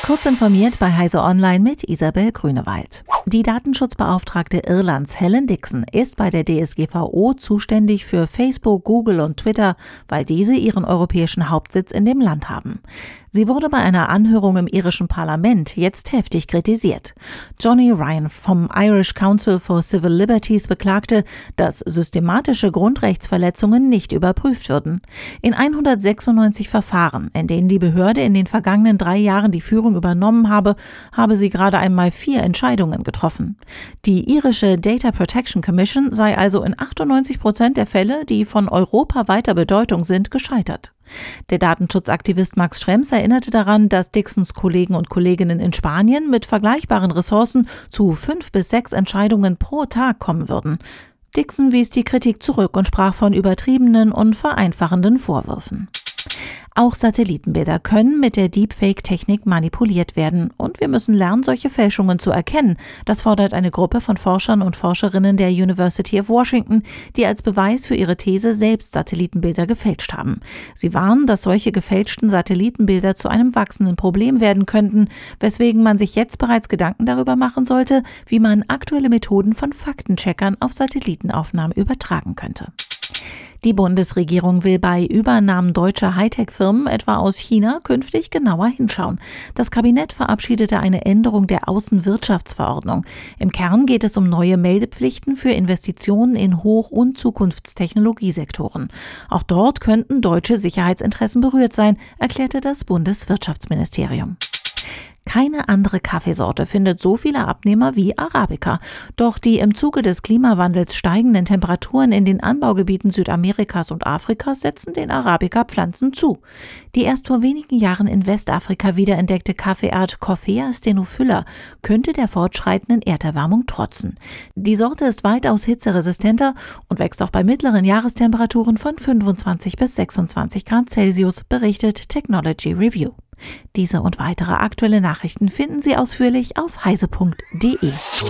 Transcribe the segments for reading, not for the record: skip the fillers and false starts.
Kurz informiert bei Heise Online mit Isabel Grünewald. Die Datenschutzbeauftragte Irlands Helen Dixon ist bei der DSGVO zuständig für Facebook, Google und Twitter, weil diese ihren europäischen Hauptsitz in dem Land haben. Sie wurde bei einer Anhörung im irischen Parlament jetzt heftig kritisiert. Johnny Ryan vom Irish Council for Civil Liberties beklagte, dass systematische Grundrechtsverletzungen nicht überprüft würden. In 196 Verfahren, in denen die Behörde in den vergangenen 3 Jahren die Führung übernommen habe sie gerade einmal 4 Entscheidungen getroffen. Die irische Data Protection Commission sei also in 98% der Fälle, die von europaweiter Bedeutung sind, gescheitert. Der Datenschutzaktivist Max Schrems erinnerte daran, dass Dixons Kollegen und Kolleginnen in Spanien mit vergleichbaren Ressourcen zu 5 bis 6 Entscheidungen pro Tag kommen würden. Dixon wies die Kritik zurück und sprach von übertriebenen und vereinfachenden Vorwürfen. Auch Satellitenbilder können mit der Deepfake-Technik manipuliert werden und wir müssen lernen, solche Fälschungen zu erkennen. Das fordert eine Gruppe von Forschern und Forscherinnen der University of Washington, die als Beweis für ihre These selbst Satellitenbilder gefälscht haben. Sie warnen, dass solche gefälschten Satellitenbilder zu einem wachsenden Problem werden könnten, weswegen man sich jetzt bereits Gedanken darüber machen sollte, wie man aktuelle Methoden von Faktencheckern auf Satellitenaufnahmen übertragen könnte. Die Bundesregierung will bei Übernahmen deutscher Hightech-Firmen, etwa aus China, künftig genauer hinschauen. Das Kabinett verabschiedete eine Änderung der Außenwirtschaftsverordnung. Im Kern geht es um neue Meldepflichten für Investitionen in Hoch- und Zukunftstechnologiesektoren. Auch dort könnten deutsche Sicherheitsinteressen berührt sein, erklärte das Bundeswirtschaftsministerium. Keine andere Kaffeesorte findet so viele Abnehmer wie Arabica. Doch die im Zuge des Klimawandels steigenden Temperaturen in den Anbaugebieten Südamerikas und Afrikas setzen den Arabica-Pflanzen zu. Die erst vor wenigen Jahren in Westafrika wiederentdeckte Kaffeeart Coffea stenophylla könnte der fortschreitenden Erderwärmung trotzen. Die Sorte ist weitaus hitzeresistenter und wächst auch bei mittleren Jahrestemperaturen von 25 bis 26 Grad Celsius, berichtet Technology Review. Diese und weitere aktuelle Nachrichten finden Sie ausführlich auf heise.de.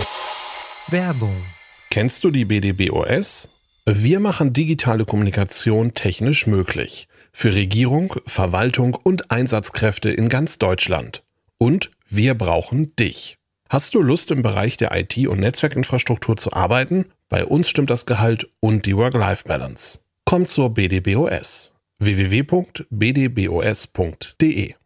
Werbung. Kennst du die BDBOS? Wir machen digitale Kommunikation technisch möglich. Für Regierung, Verwaltung und Einsatzkräfte in ganz Deutschland. Und wir brauchen dich. Hast du Lust, im Bereich der IT- und Netzwerkinfrastruktur zu arbeiten? Bei uns stimmt das Gehalt und die Work-Life-Balance. Komm zur BDBOS. www.bdbos.de